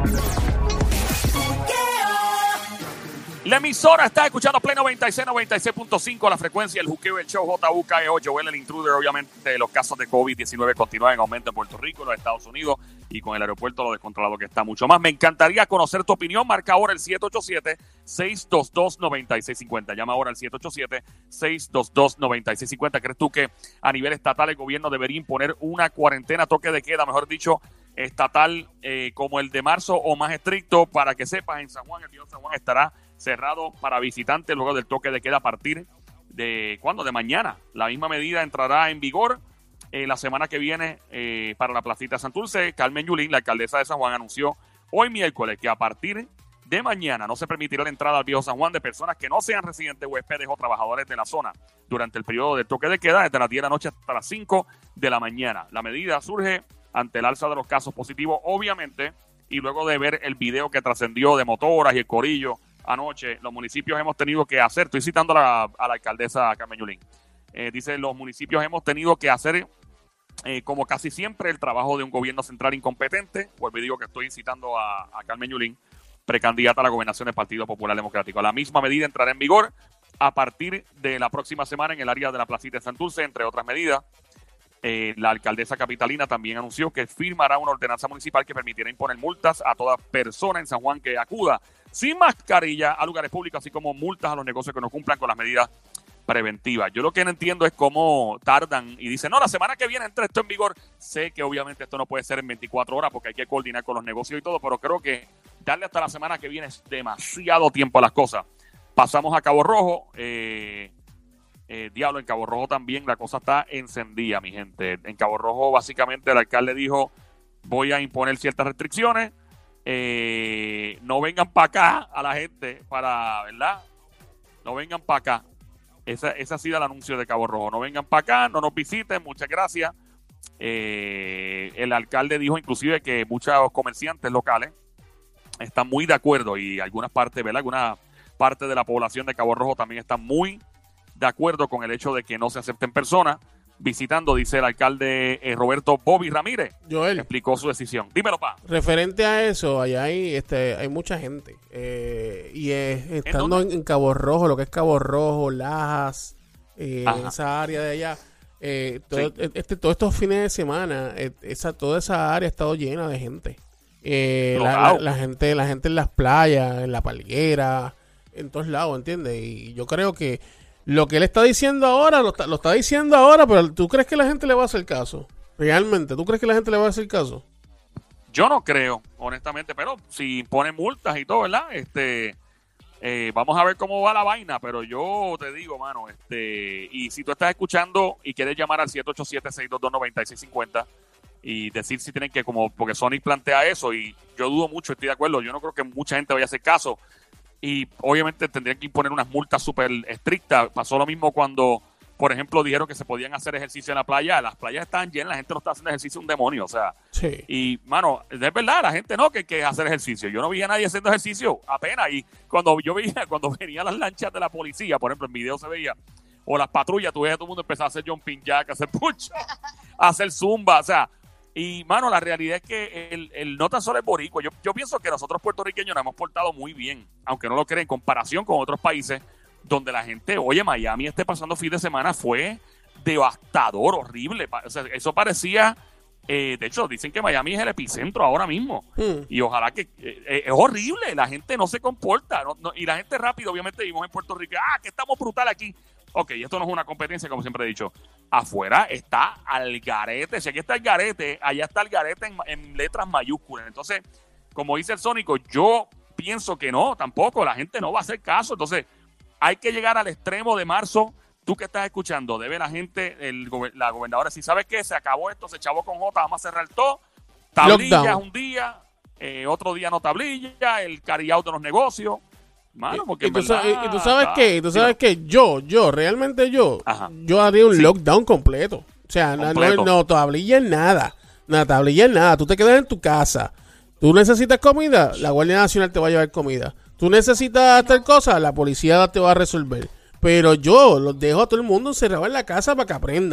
La emisora está escuchando Play 96, 96.5, la frecuencia, el juqueo, el show JUKEO, Joel el Intruder. Obviamente los casos de COVID-19 continúan en aumento en Puerto Rico, en los Estados Unidos, y con el aeropuerto lo descontrolado que está mucho más. Me encantaría conocer tu opinión. Marca ahora el 787-622-9650. Llama ahora al 787-622-9650. ¿Crees tú que a nivel estatal el gobierno debería imponer una cuarentena, toque de queda, mejor dicho, estatal como el de marzo o más estricto? Para que sepas, en San Juan, el Viejo San Juan estará cerrado para visitantes luego del toque de queda a partir de ¿cuándo? De mañana. La misma medida entrará en vigor la semana que viene para la placita de Santurce. Carmen Yulín, la alcaldesa de San Juan, anunció hoy miércoles que a partir de mañana no se permitirá la entrada al Viejo San Juan de personas que no sean residentes, huéspedes o trabajadores de la zona durante el periodo de toque de queda desde las 10 de la noche hasta las 5 de la mañana. La medida surge ante el alza de los casos positivos, obviamente, y luego de ver el video que trascendió de motoras y el corillo anoche. Los municipios hemos tenido que hacer, estoy citando a la alcaldesa Carmen Yulín, dice, los municipios hemos tenido que hacer, como casi siempre, el trabajo de un gobierno central incompetente. Vuelvo y digo que estoy citando a Carmen Yulín, precandidata a la gobernación del Partido Popular Democrático. La misma medida entrará en vigor a partir de la próxima semana en el área de la placita de Santurce, entre otras medidas. La alcaldesa capitalina también anunció que firmará una ordenanza municipal que permitirá imponer multas a toda persona en San Juan que acuda sin mascarilla a lugares públicos, así como multas a los negocios que no cumplan con las medidas preventivas. Yo lo que no entiendo es cómo tardan y dicen, no, la semana que viene entra esto en vigor. Sé que obviamente esto no puede ser en 24 horas porque hay que coordinar con los negocios y todo, pero creo que darle hasta la semana que viene es demasiado tiempo a las cosas. Pasamos a Cabo Rojo. Diablo, en Cabo Rojo también la cosa está encendida, mi gente. En Cabo Rojo básicamente el alcalde dijo, voy a imponer ciertas restricciones, no vengan para acá a la gente ¿verdad? No vengan para acá. Ese ha sido el anuncio de Cabo Rojo. No vengan para acá, no nos visiten, muchas gracias. El alcalde dijo inclusive que muchos comerciantes locales están muy de acuerdo y algunas partes, ¿verdad? Alguna parte de la población de Cabo Rojo también está muy de acuerdo con el hecho de que no se acepten personas visitando, dice el alcalde Roberto Bobby Ramírez. Joel, explicó su decisión. Dímelo, pa. Referente a eso, allá hay mucha gente. Estando en Cabo Rojo, lo que es Cabo Rojo, Lajas, esa área de allá, todos estos fines de semana, toda esa área ha estado llena de gente. La gente en las playas, en la palguera, en todos lados, ¿entiendes? Y yo creo que lo que él está diciendo ahora, lo está diciendo ahora, pero ¿tú crees que la gente le va a hacer caso? ¿Realmente? ¿Tú crees que la gente le va a hacer caso? Yo no creo, honestamente, pero si imponen multas y todo, ¿verdad? Vamos a ver cómo va la vaina, pero yo te digo, mano, y si tú estás escuchando y quieres llamar al 787-622-9650 y decir si tienen que, como, porque Sonic plantea eso, y yo dudo mucho, estoy de acuerdo, yo no creo que mucha gente vaya a hacer caso. Y obviamente tendrían que imponer unas multas súper estrictas. Pasó lo mismo cuando, por ejemplo, dijeron que se podían hacer ejercicio en la playa. Las playas estaban llenas, la gente no está haciendo ejercicio, un demonio, o sea. Sí. Y, mano, es verdad, la gente no que hacer ejercicio. Yo no veía a nadie haciendo ejercicio, apenas. Y cuando venían las lanchas de la policía, por ejemplo, en video se veía, o las patrullas, tú veías a todo el mundo empezar a hacer jumping jack, a hacer push, a hacer zumba, o sea. Y, mano, la realidad es que el no tan solo es boricua. Yo pienso que nosotros puertorriqueños nos hemos portado muy bien, aunque no lo creen, en comparación con otros países donde la gente, oye, Miami pasando fin de semana fue devastador, horrible. O sea, eso parecía, de hecho, dicen que Miami es el epicentro ahora mismo. Y ojalá que, es horrible, la gente no se comporta. Y la gente rápido, obviamente, vivimos en Puerto Rico, que estamos brutal aquí. Ok, esto no es una competencia, como siempre he dicho. Afuera está al garete. Si aquí está el garete, allá está el garete en letras mayúsculas. Entonces, como dice el Sónico, yo pienso que no, tampoco. La gente no va a hacer caso. Entonces, hay que llegar al extremo de marzo. Tú que estás escuchando, debe la gente, la gobernadora, si sabes que se acabó esto, se chavó con J, vamos a cerrar todo. Tablillas un día, otro día no tablilla, el carry out de los negocios. Mano, porque ¿Y tú sabes qué? Yo realmente yo haría un lockdown completo. O sea, no tablilla en nada. No tablilla en nada. Tú te quedas en tu casa. Tú necesitas comida, la Guardia Nacional te va a llevar comida. Tú necesitas tal cosa, la policía te va a resolver. Pero yo los dejo a todo el mundo encerrado en la casa para que aprendan.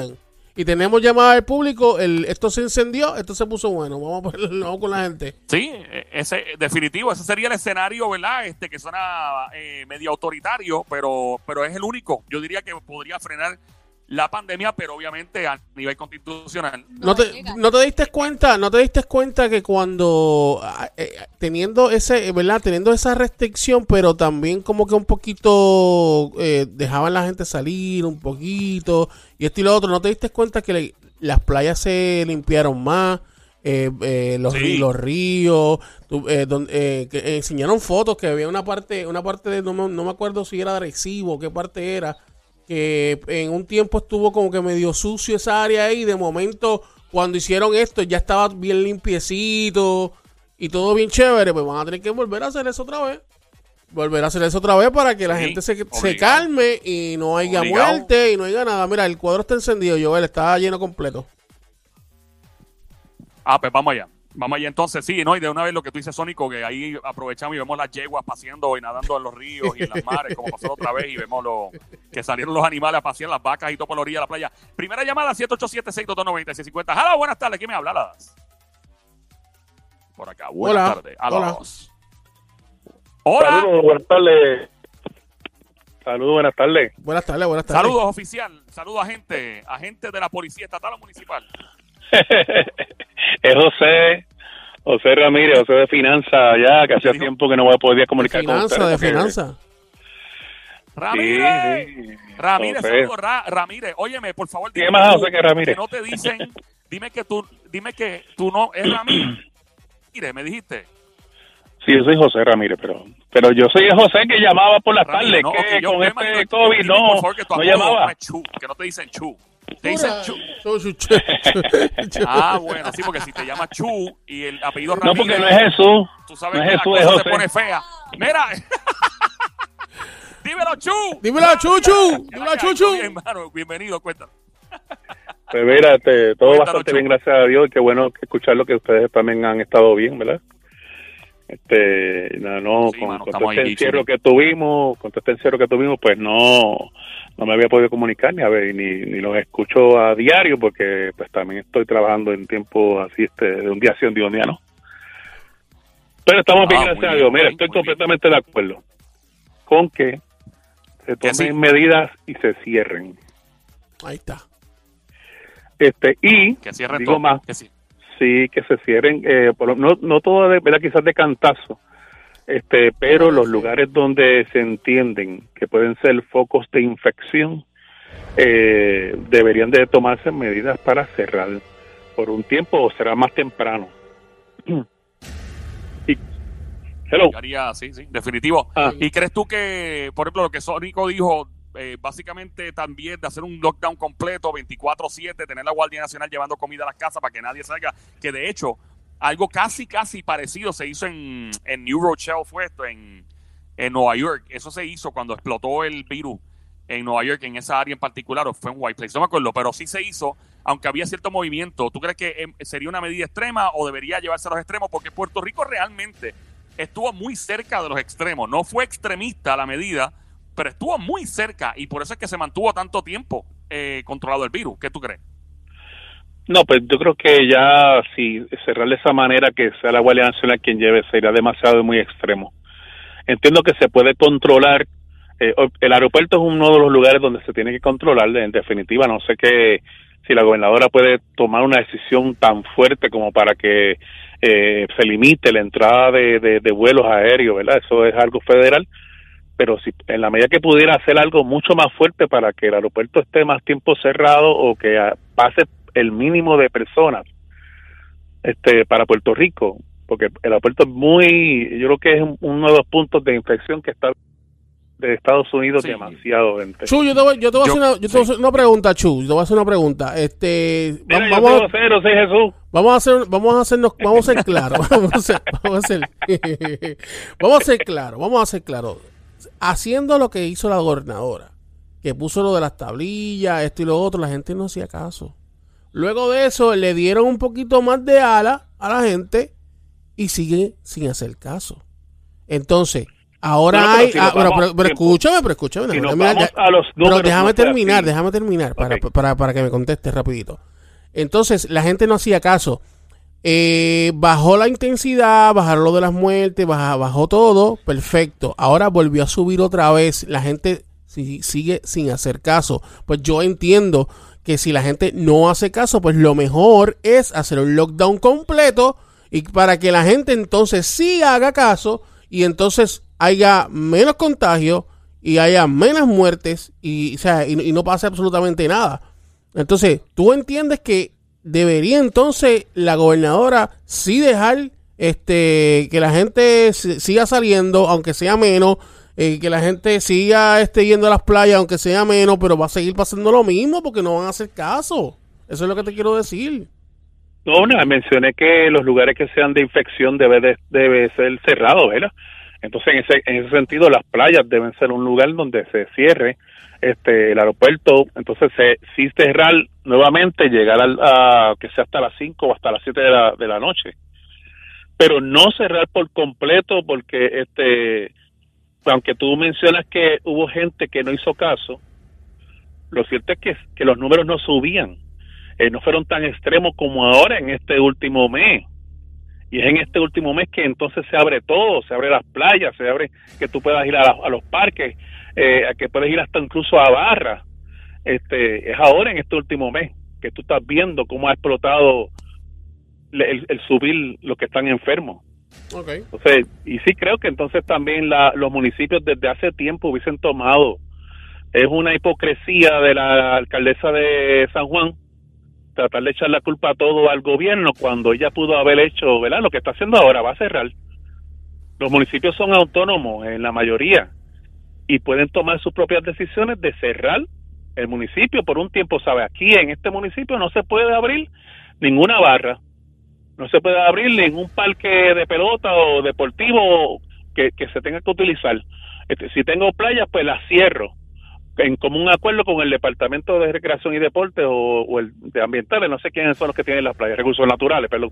Y tenemos llamada del público. Esto se encendió, esto se puso bueno. Vamos con la gente. Sí, definitivo, ese sería el escenario, ¿verdad? Que suena medio autoritario, pero es el único. Yo diría que podría frenar la pandemia, pero obviamente a nivel constitucional. ¿No te diste cuenta que cuando teniendo esa restricción, pero también como que un poquito dejaban la gente salir un poquito y esto y lo otro, ¿no te diste cuenta que las playas se limpiaron más? Los ríos, que enseñaron fotos que había una parte de no me acuerdo si era de Arecibo, qué parte era, que en un tiempo estuvo como que medio sucio esa área ahí, de momento cuando hicieron esto ya estaba bien limpiecito y todo bien chévere. Pues van a tener que volver a hacer eso otra vez para que la gente se calme y no haya muerte y no haya nada. Mira, el cuadro está encendido, Joel, está lleno completo. Pues vamos allá entonces, sí, ¿no? Y de una vez lo que tú dices, Sónico, que ahí aprovechamos y vemos las yeguas paseando y nadando en los ríos y en las mares, como pasó otra vez, y vemos que salieron los animales a pasear, las vacas y todo por la orilla de la playa. Primera llamada, 787-622-9650. Hola, buenas tardes, ¿quién me habla? Por acá, buenas tardes. Hola. Saludos, buenas tardes. Buenas tardes. Saludos, oficial. Saludos, agente de la Policía Estatal o Municipal. Es José Ramírez, José de Finanzas, ya que hacía tiempo que no podía comunicar con usted. De Finanzas. Ramírez. Sí, Ramírez, saludos, Ramírez. Óyeme, por favor, ¿qué más José que Ramírez? Que no te dicen, dime que tú no es Ramírez, me dijiste. Sí, yo soy José Ramírez, pero yo soy el José que llamaba por las tardes, no, que con este COVID no llamaba. No es Chu, que no te dicen Chu. Te dicen Chu. Bueno, sí, porque si te llamas Chu y el apellido Ramírez. No, porque no es Jesús. Tú sabes no que es la Jesús, cosa es se pone fea. Mira. Dímelo, Chu. Dímelo, Chuchu. Dímelo, Chuchu. Bien, hermano, bienvenido, cuéntalo. Pues mira, todo bastante bien, gracias a Dios. Qué bueno escucharlo, que ustedes también han estado bien, ¿verdad? Con este encierro que tuvimos, pues no me había podido comunicar ni los escucho a diario, porque pues también estoy trabajando en tiempos así, de un día sí, un día no. Pero estamos bien, gracias a Dios. Mira, estoy completamente de acuerdo con que se tomen medidas y se cierren. Ahí está. Y que cierren digo todo. Más, sí, que se cierren, no todo, ¿verdad? Quizás de cantazo, pero los lugares donde se entienden que pueden ser focos de infección, deberían de tomarse medidas para cerrar por un tiempo o será más temprano. Sí, definitivo. ¿Y crees tú que, por ejemplo, lo que Sónico dijo, básicamente también de hacer un lockdown completo, 24/7, tener la Guardia Nacional llevando comida a las casas para que nadie salga, que de hecho algo casi parecido se hizo en New Rochelle, fue esto, en Nueva York? Eso se hizo cuando explotó el virus en Nueva York, en esa área en particular, o fue en White Place, no me acuerdo, pero sí se hizo, aunque había cierto movimiento. ¿Tú crees que sería una medida extrema o debería llevarse a los extremos? Porque Puerto Rico realmente estuvo muy cerca de los extremos, no fue extremista la medida, pero estuvo muy cerca y por eso es que se mantuvo tanto tiempo controlado el virus. ¿Qué tú crees? No, pues yo creo que ya si cerrar de esa manera, que sea la Guardia Nacional quien lleve, sería demasiado muy extremo. Entiendo que se puede controlar. El aeropuerto es uno de los lugares donde se tiene que controlar, en definitiva. No sé si la gobernadora puede tomar una decisión tan fuerte como para que se limite la entrada de vuelos aéreos, ¿verdad? Eso es algo federal. Pero si en la medida que pudiera hacer algo mucho más fuerte para que el aeropuerto esté más tiempo cerrado o que pase el mínimo de personas para Puerto Rico, porque el aeropuerto es yo creo que es uno de los puntos de infección que está de Estados Unidos, demasiado gente. Chu, yo te voy a hacer una pregunta, Chu. Te voy a hacer una pregunta. Vamos a ser claros. Vamos a ser claros. Haciendo lo que hizo la gobernadora, que puso lo de las tablillas, esto y lo otro, la gente no hacía caso. Luego de eso le dieron un poquito más de ala a la gente y sigue sin hacer caso. Entonces, Ahora hay, pero escúchame, si nos vamos a los números, pero déjame terminar para que me conteste rapidito. Entonces, la gente no hacía caso. Bajó la intensidad, bajaron lo de las muertes, bajó todo, perfecto. Ahora volvió a subir otra vez. La gente sigue sin hacer caso. Pues yo entiendo que si la gente no hace caso, pues lo mejor es hacer un lockdown completo y para que la gente entonces sí haga caso y entonces haya menos contagio y haya menos muertes y no pase absolutamente nada. Entonces, ¿tú entiendes que debería entonces la gobernadora sí dejar que la gente siga saliendo, aunque sea menos, que la gente siga yendo a las playas, aunque sea menos, pero va a seguir pasando lo mismo porque no van a hacer caso? Eso es lo que te quiero decir. No, mencioné que los lugares que sean de infección debe ser cerrado, ¿verdad? Entonces, en ese sentido, las playas deben ser un lugar donde se cierre el aeropuerto. Entonces, sí cerrar nuevamente, llegar a que sea hasta las 5 o hasta las 7 de la noche. Pero no cerrar por completo porque, aunque tú mencionas que hubo gente que no hizo caso, lo cierto es que los números no subían. No fueron tan extremos como ahora en este último mes. Y es en este último mes que entonces se abre todo, se abre las playas, se abre que tú puedas ir a los parques, que puedes ir hasta incluso a barras. Es ahora en este último mes que tú estás viendo cómo ha explotado el subir los que están enfermos. Okay. Entonces, y sí creo que entonces también los municipios desde hace tiempo hubiesen tomado. Es una hipocresía de la alcaldesa de San Juan tratar de echar la culpa a todo al gobierno cuando ella pudo haber hecho, ¿verdad? Lo que está haciendo ahora, va a cerrar. Los municipios son autónomos en la mayoría y pueden tomar sus propias decisiones de cerrar el municipio por un tiempo, ¿sabe? Aquí en este municipio no se puede abrir ninguna barra, no se puede abrir ningún parque de pelota o deportivo que se tenga que utilizar. Si tengo playas, pues las cierro en común acuerdo con el Departamento de Recreación y Deporte o el de Ambientales, no sé quiénes son los que tienen las playas, recursos naturales, perdón.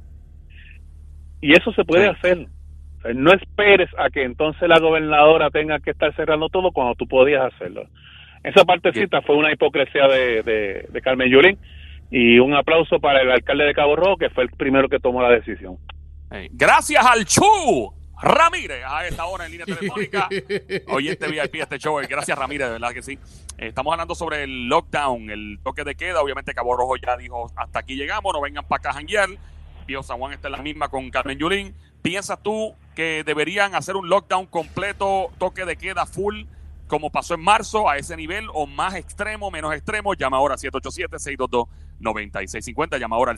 Y eso se puede hacer. No esperes a que entonces la gobernadora tenga que estar cerrando todo cuando tú podías hacerlo. Esa partecita fue una hipocresía de Carmen Yulín, y un aplauso para el alcalde de Cabo Rojo, que fue el primero que tomó la decisión. Gracias al Chu Ramírez a esta hora en línea telefónica. Oyente VIP este show. Gracias, Ramírez, de verdad que sí. Estamos hablando sobre el lockdown, el toque de queda. Obviamente Cabo Rojo ya dijo, hasta aquí llegamos, no vengan para acá a janguear. Pío San Juan está en la misma con Carmen Yulín. ¿Piensas tú que deberían hacer un lockdown completo, toque de queda full, como pasó en marzo, a ese nivel, o más extremo, menos extremo? Llama ahora al 787-622-9650. Llama ahora al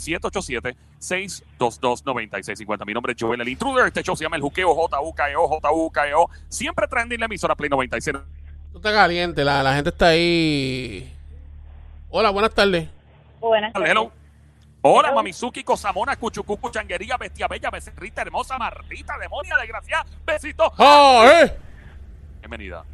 787-622-9650. Mi nombre es Joel el Intruder. Este show se llama El Juqueo, JUKEO. Siempre trending la emisora Play 96. Esto está caliente, la gente está ahí. Hola, buenas tardes. Buenas tardes. Hello. Hola, Mamizuki, Cosamona, Cuchucucu, Changuería, Bestia Bella, Becerrita Hermosa, Martita, Demonia, Desgraciada, Besito. Bienvenida.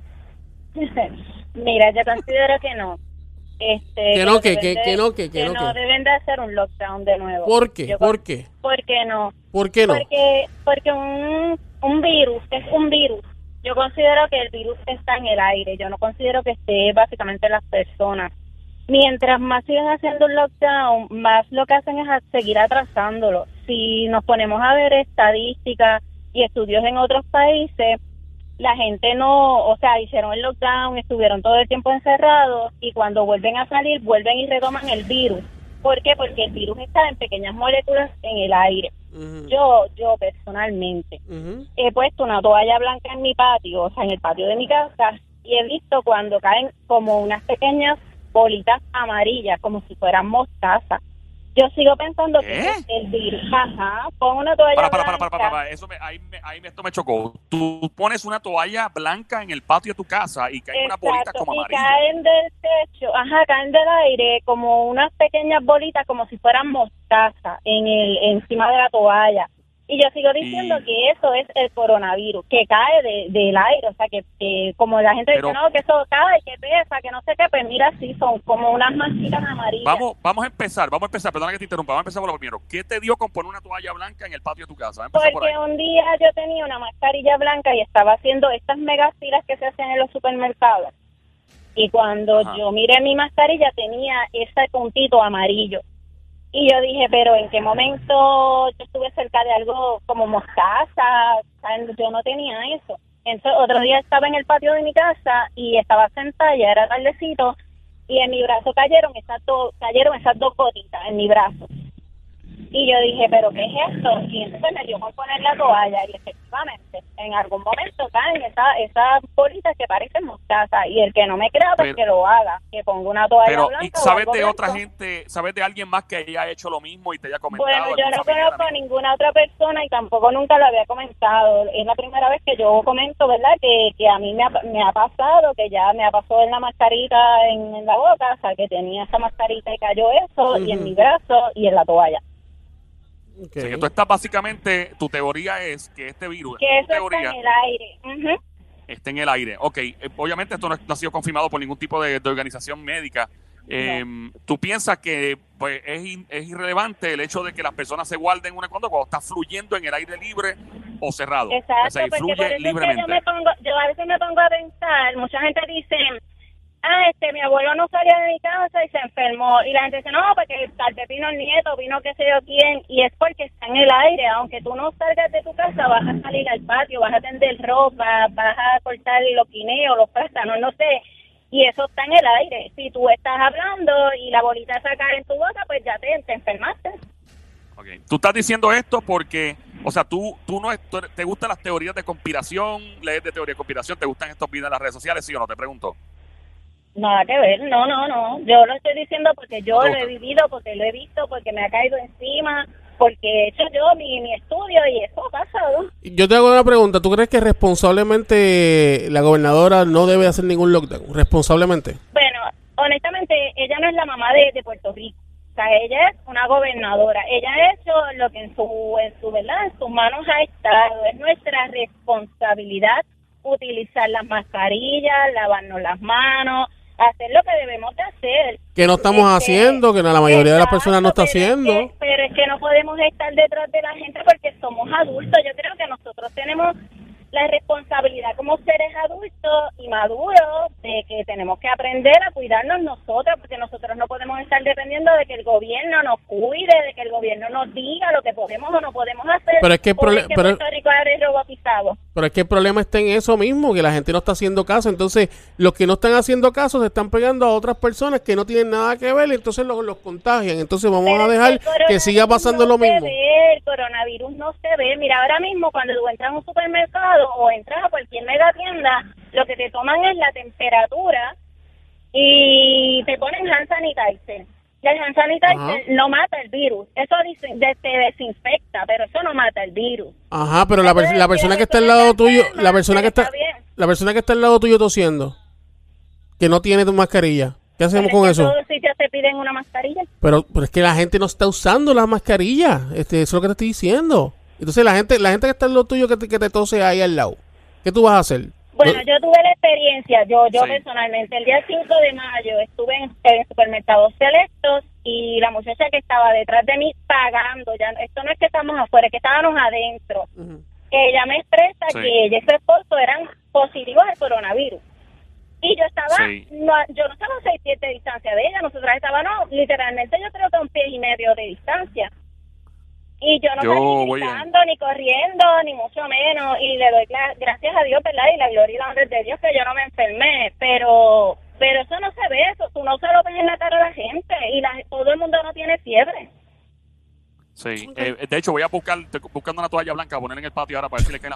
Mira, yo considero que no. Que no deben de hacer un lockdown de nuevo. ¿Por qué? ¿Por qué? ¿Por qué no? ¿Por qué no? Porque un virus es un virus. Yo considero que el virus está en el aire. Yo no considero que esté básicamente en las personas. Mientras más siguen haciendo un lockdown, más lo que hacen es seguir atrasándolo. Si nos ponemos a ver estadísticas y estudios en otros países, la gente hicieron el lockdown, estuvieron todo el tiempo encerrados y cuando vuelven a salir, vuelven y retoman el virus. ¿Por qué? Porque el virus está en pequeñas moléculas en el aire. Uh-huh. Yo personalmente he puesto una toalla blanca en mi patio, en el patio de mi casa, y he visto cuando caen como unas pequeñas bolitas amarillas, como si fueran mostaza. Yo sigo pensando que es el virus. Ajá, pon una toalla blanca. Esto me chocó. Tú pones una toalla blanca en el patio de tu casa y caen unas bolitas como amarillas. Caen del techo, caen del aire como unas pequeñas bolitas como si fueran mostaza encima de la toalla. Y yo sigo diciendo que eso es el coronavirus, que cae del aire, o sea, que como la gente dice, no, que eso cae, que pesa, que no sé qué, pues mira, sí, son como unas masitas amarillas. Vamos a empezar, perdona que te interrumpa, vamos a empezar por lo primero. ¿Qué te dio con poner una toalla blanca en el patio de tu casa? Porque un día yo tenía una mascarilla blanca y estaba haciendo estas megafilas que se hacen en los supermercados. Y cuando yo miré mi mascarilla tenía ese puntito amarillo. Y yo dije, pero ¿en qué momento yo estuve cerca de algo como mostaza? Yo no tenía eso. Entonces, otro día estaba en el patio de mi casa y estaba sentada, ya era tardecito, y en mi brazo cayeron esas dos gotitas en mi brazo. Y yo dije, ¿pero qué es esto? Y entonces me dio con poner la toalla y efectivamente, en algún momento caen esas bolitas que parecen mostaza. Y el que no me crea, pues que lo haga, que ponga una toalla blanca. ¿Y sabes de otra gente, sabes de alguien más que haya hecho lo mismo y te haya comentado? Bueno, yo no conozco a ninguna otra persona y tampoco nunca lo había comentado. Es la primera vez que yo comento, ¿verdad? Que a mí me ha pasado, que ya me ha pasado en la mascarita en la boca, o sea, que tenía esa mascarita y cayó eso, y en mi brazo y en la toalla. Okay. O sea, que tú estás básicamente, tu teoría es que este virus, que eso está en el aire. Está en el aire. Ok, obviamente esto no ha sido confirmado por ningún tipo de organización médica. No. ¿Tú piensas que pues es irrelevante el hecho de que las personas se guarden cuando está fluyendo en el aire libre o cerrado? Exacto, o sea, fluye libremente. Yo a veces me pongo a pensar, mucha gente dice, mi abuelo no salía de mi casa y se enfermó, y la gente dice, no, porque tal vez vino el nieto, vino qué sé yo quién, y es porque está en el aire. Aunque tú no salgas de tu casa, vas a salir al patio, vas a tender ropa, vas a cortar los guineos, los plátanos, no sé, y eso está en el aire. Si tú estás hablando y la bolita se cae en tu boca, pues ya te enfermaste. Okay. Tú estás diciendo esto porque, o sea, tú te gustan las teorías de conspiración, lees de teoría de conspiración, te gustan estos videos en las redes sociales, ¿sí o no? Te pregunto. Nada que ver, no. Yo lo estoy diciendo porque yo lo he vivido, porque lo he visto, porque me ha caído encima, porque he hecho yo mi estudio y eso ha pasado. Yo te hago una pregunta. ¿Tú crees que responsablemente la gobernadora no debe hacer ningún lockdown? ¿Responsablemente? Bueno, honestamente, ella no es la mamá de Puerto Rico. O sea, ella es una gobernadora. Ella ha hecho lo que en sus manos ha estado. Es nuestra responsabilidad utilizar las mascarillas, lavarnos las manos, hacer lo que debemos de hacer. Que no estamos haciendo, que la mayoría de las personas no está haciendo. Pero es que no podemos estar detrás de la gente porque somos adultos. Yo creo que nosotros tenemos la responsabilidad como seres adultos y maduros de que tenemos que aprender a cuidarnos nosotros, porque nosotros no podemos estar dependiendo de que el gobierno nos cuide, de que el gobierno nos diga lo que podemos o no podemos hacer. Pero es que Puerto Rico es robotizado. Pero es que el problema está en eso mismo, que la gente no está haciendo caso. Entonces, los que no están haciendo caso se están pegando a otras personas que no tienen nada que ver, y entonces los contagian. Entonces vamos a dejar que siga pasando lo mismo. El coronavirus no se ve. Mira, ahora mismo cuando tú entras a un supermercado o entras a cualquier mega tienda, lo que te toman es la temperatura y te ponen hand sanitizer. Y el hand sanitizer no mata el virus. Eso te desinfecta, pero eso no mata el virus. Ajá, pero la persona que está al lado tuyo, la persona que está al lado tuyo tosiendo, que no tiene tu mascarilla, ¿qué hacemos con eso? En todos sitios te piden una mascarilla. Pero es que la gente no está usando la mascarilla. Eso es lo que te estoy diciendo. Entonces la gente que está al lado tuyo que te tose ahí al lado, ¿qué tú vas a hacer? Bueno, yo tuve la experiencia, yo personalmente, el día 5 de mayo estuve en supermercados selectos y la muchacha que estaba detrás de mí pagando, ya esto no es que estamos afuera, es que estábamos adentro. Ella me expresa que ella y su esposo eran positivos al coronavirus. Y yo estaba, yo no estaba a 6 pies de distancia de ella, nosotras estábamos, literalmente yo creo que a 1,5 pies de distancia. Y yo no estoy gritando, ni corriendo, ni mucho menos. Y le doy gracias a Dios, ¿verdad? Y la gloria y la honra de Dios que yo no me enfermé. Pero eso no se ve, eso tú no se lo ves en la cara a la gente. Y todo el mundo no tiene fiebre. Sí, de hecho voy a buscando una toalla blanca, ponerla en el patio ahora para decirle que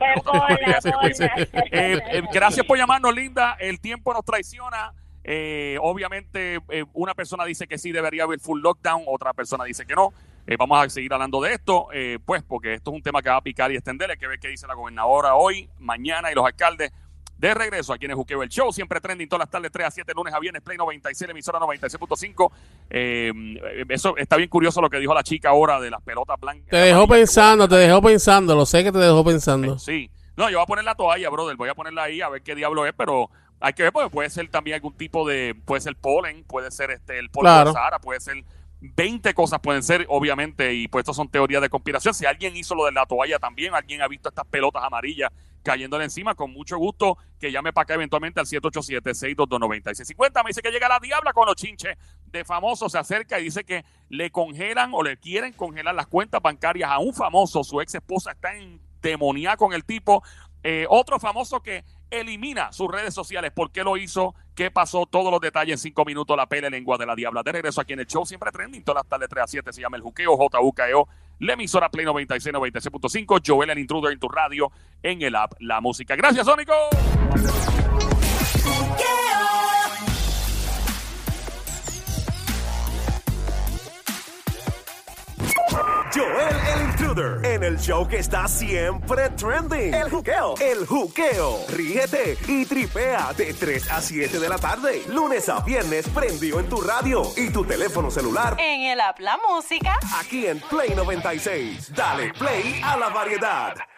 la gracias por llamarnos, Linda. El tiempo nos traiciona. Obviamente una persona dice que sí debería haber full lockdown, otra persona dice que no. Vamos a seguir hablando de esto, pues porque esto es un tema que va a picar y extender. Hay que ver qué dice la gobernadora hoy, mañana y los alcaldes. De regreso aquí en el Juqueo, el show, siempre trending todas las tardes, 3 a 7, lunes a viernes, Play 96, emisora 96.5. Eso está bien curioso lo que dijo la chica ahora de las pelotas blancas. Te dejó pensando, lo sé que te dejó pensando. Sí. No, yo voy a poner la toalla, brother, voy a ponerla ahí a ver qué diablo es, pero hay que ver porque puede ser también algún tipo de, puede ser polen, puede ser el polvo de Sahara, puede ser 20 cosas pueden ser, obviamente, y pues estas son teorías de conspiración. Si alguien hizo lo de la toalla también, alguien ha visto estas pelotas amarillas cayéndole encima, con mucho gusto que llame para acá eventualmente al 787-622-9650. Me dice que llega la diabla con los chinches de famosos, se acerca y dice que le congelan o le quieren congelar las cuentas bancarias a un famoso. Su ex esposa está en demonía con el tipo. Otro famoso que elimina sus redes sociales. ¿Por qué lo hizo? ¿Qué pasó? Todos los detalles en 5 minutos. La pele lengua de la diabla. De regreso aquí en el show, siempre trending, todas las tardes 3 a 7. Se llama El Juqueo, JUKEO. La emisora Play 96, 96.5. Joel, el intruder en tu radio, en el app La Música. Gracias, Sónico. Joel, el intruder, en el show que está siempre trending. El Juqueo. El Juqueo. Ríete y tripea de 3 a 7 de la tarde. Lunes a viernes, prendido en tu radio y tu teléfono celular. En el app La Música. Aquí en Play 96. Dale play a la variedad.